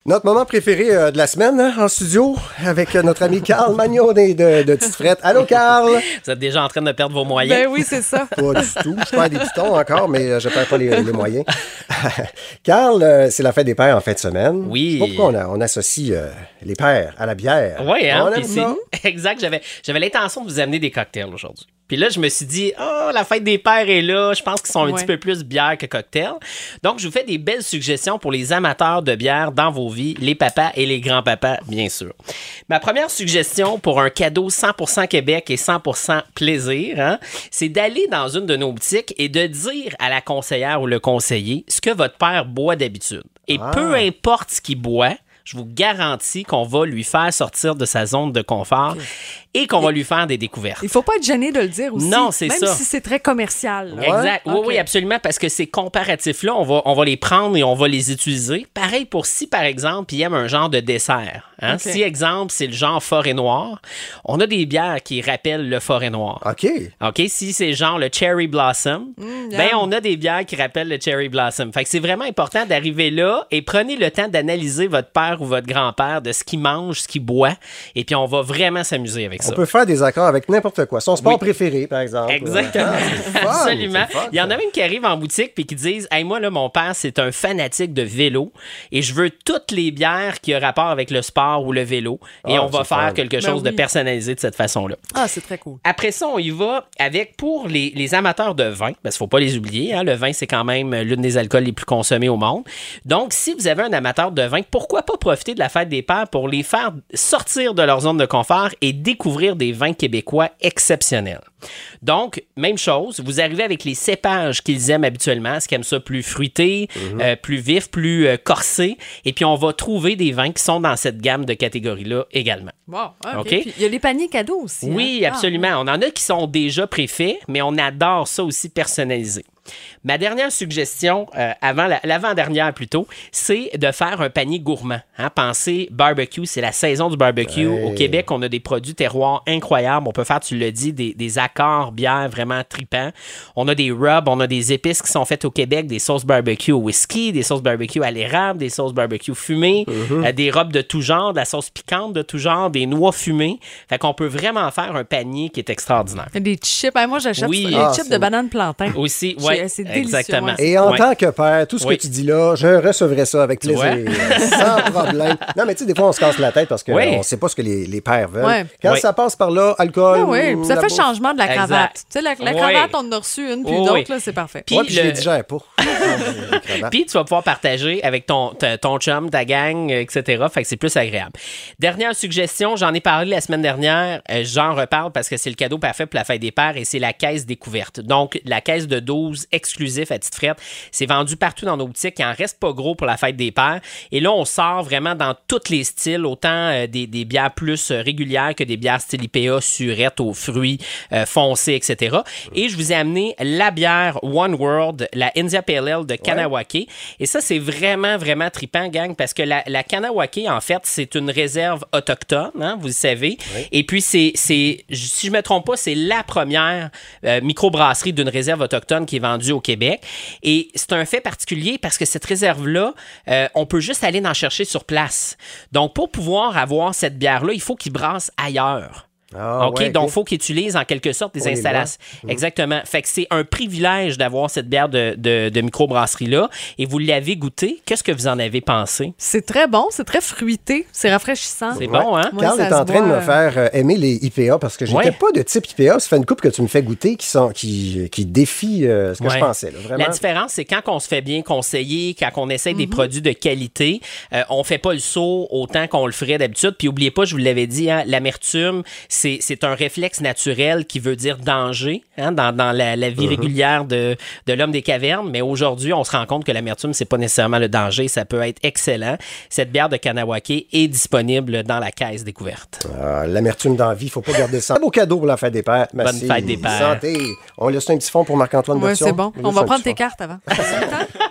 Notre moment préféré de la semaine en studio avec notre ami Carl Magnon de Petite Frette. Allô, Carl? Vous êtes déjà en train de perdre vos moyens? Ben oui, c'est ça. Pas du tout. Je perds des pitons encore, mais je perds pas les moyens. Carl, c'est la fête des pères en fin de semaine. Oui. C'est pourquoi on associe les pères à la bière. Oui, hein? On aime ça. Exact. J'avais l'intention de vous amener des cocktails aujourd'hui. Puis là, je me suis dit, la fête des pères est là. Je pense qu'ils sont un petit peu plus bière que cocktail. Donc, je vous fais des belles suggestions pour les amateurs de bière dans vos vies, les papas et les grands-papas, bien sûr. Ma première suggestion pour un cadeau 100% Québec et 100% plaisir, hein, c'est d'aller dans une de nos boutiques et de dire à la conseillère ou le conseiller ce que votre père boit d'habitude. Et peu importe ce qu'il boit, je vous garantis qu'on va lui faire sortir de sa zone de confort et qu'on va lui faire des découvertes. Il faut pas être gêné de le dire aussi. Non, c'est ça. Même si c'est très commercial. Là. Exact. Okay. Oui, absolument, parce que ces comparatifs-là, on va les prendre et on va les utiliser. Pareil pour si, par exemple, il aime un genre de dessert. Hein? Okay. Si, exemple, c'est le genre forêt noire, on a des bières qui rappellent le forêt noire. OK. Si c'est genre le cherry blossom, on a des bières qui rappellent le cherry blossom. Fait que c'est vraiment important d'arriver là et prenez le temps d'analyser votre père ou votre grand-père de ce qu'il mange, ce qu'il boit, et puis on va vraiment s'amuser avec ça. On peut faire des accords avec n'importe quoi. Son sport préféré, par exemple. Exactement. Fun, absolument. fun, il y en a même qui arrivent en boutique puis qui disent « Hey, moi, là, mon père, c'est un fanatique de vélo et je veux toutes les bières qui ont rapport avec le sport ou le vélo. Et on va faire quelque chose de personnalisé de cette façon-là. » Ah, c'est très cool. Après ça, on y va avec, pour les amateurs de vin, parce qu'il ne faut pas les oublier, hein, le vin, c'est quand même l'une des alcools les plus consommés au monde. Donc, si vous avez un amateur de vin, pourquoi pas profiter de la fête des pères pour les faire sortir de leur zone de confort et découvrir des vins québécois exceptionnels. Donc, même chose, vous arrivez avec les cépages qu'ils aiment habituellement, ce qu'ils aiment ça plus fruité, plus vif, plus corsé, et puis on va trouver des vins qui sont dans cette gamme de catégories-là également. Wow, OK. Okay? Puis, il y a les paniers cadeaux aussi. Oui, hein? absolument. On en a qui sont déjà préfaits, mais on adore ça aussi personnalisé. Ma dernière suggestion, l'avant-dernière plutôt, c'est de faire un panier gourmand. Hein? Pensez barbecue, c'est la saison du barbecue. Au Québec, on a des produits terroirs incroyables. On peut faire, tu l'as dit, des accords bières vraiment tripants. On a des rubs, on a des épices qui sont faites au Québec, des sauces barbecue au whisky, des sauces barbecue à l'érable, des sauces barbecue fumées, des rubs de tout genre, de la sauce piquante de tout genre, des noix fumées. Fait qu'on peut vraiment faire un panier qui est extraordinaire. Des chips. Moi, j'achète des chips de banane plantain. Aussi, oui. C'est délicieux. Exactement. Et en tant que père, tout ce que tu dis là, je recevrai ça avec plaisir. Sans problème. Non, mais tu sais, des fois, on se casse la tête parce qu'on ne sait pas ce que les pères veulent. Quand ça passe par là, alcool. Oui, ça fait changement de la cravate. Tu sais, la cravate, on en a reçu une, puis d'autres, là, c'est parfait. Puis je les digère pas. Puis tu vas pouvoir partager avec ton chum, ta gang, etc. Fait que c'est plus agréable. Dernière suggestion, j'en ai parlé la semaine dernière. J'en reparle parce que c'est le cadeau parfait pour la fête des pères et c'est la caisse découverte. Donc, la caisse de 12 exclusif à Petite Frette. C'est vendu partout dans nos boutiques. Il en reste pas gros pour la fête des pères. Et là, on sort vraiment dans tous les styles, autant des bières plus régulières que des bières style IPA, surette aux fruits foncés, etc. Et je vous ai amené la bière One World, la India Pale Ale de Kanawake. Et ça, c'est vraiment, vraiment trippant, gang, parce que la Kanawake, en fait, c'est une réserve autochtone, hein, vous le savez. Oui. Et puis, si je me trompe pas, c'est la première microbrasserie d'une réserve autochtone qui est vendue au Québec. Et c'est un fait particulier parce que cette réserve-là, on peut juste aller en chercher sur place. Donc, pour pouvoir avoir cette bière-là, il faut qu'ils brassent ailleurs. Donc, il faut qu'ils utilisent en quelque sorte des installations. Exactement. Fait que c'est un privilège d'avoir cette bière de microbrasserie-là. Et vous l'avez goûté. Qu'est-ce que vous en avez pensé? C'est très bon, c'est très fruité, c'est rafraîchissant. C'est bon, hein? Carl est en train de me faire aimer les IPA parce que j'étais pas de type IPA. Ça fait une couple que tu me fais goûter qui défie ce que je pensais. Là, vraiment. La différence, c'est quand on se fait bien conseiller, quand on essaie des produits de qualité, on fait pas le saut autant qu'on le ferait d'habitude. Puis, n'oubliez pas, je vous l'avais dit, hein, l'amertume, c'est un réflexe naturel qui veut dire danger hein, dans la vie régulière de l'homme des cavernes. Mais aujourd'hui, on se rend compte que l'amertume, c'est pas nécessairement le danger. Ça peut être excellent. Cette bière de Kanawake est disponible dans la caisse découverte. L'amertume dans la vie, il faut pas garder ça. Un beau cadeau pour la fête des pères. Merci. Bonne fête des pères. Santé. On laisse un petit fond pour Marc-Antoine Berthiaume. Oui, c'est bon. On va prendre tes cartes avant.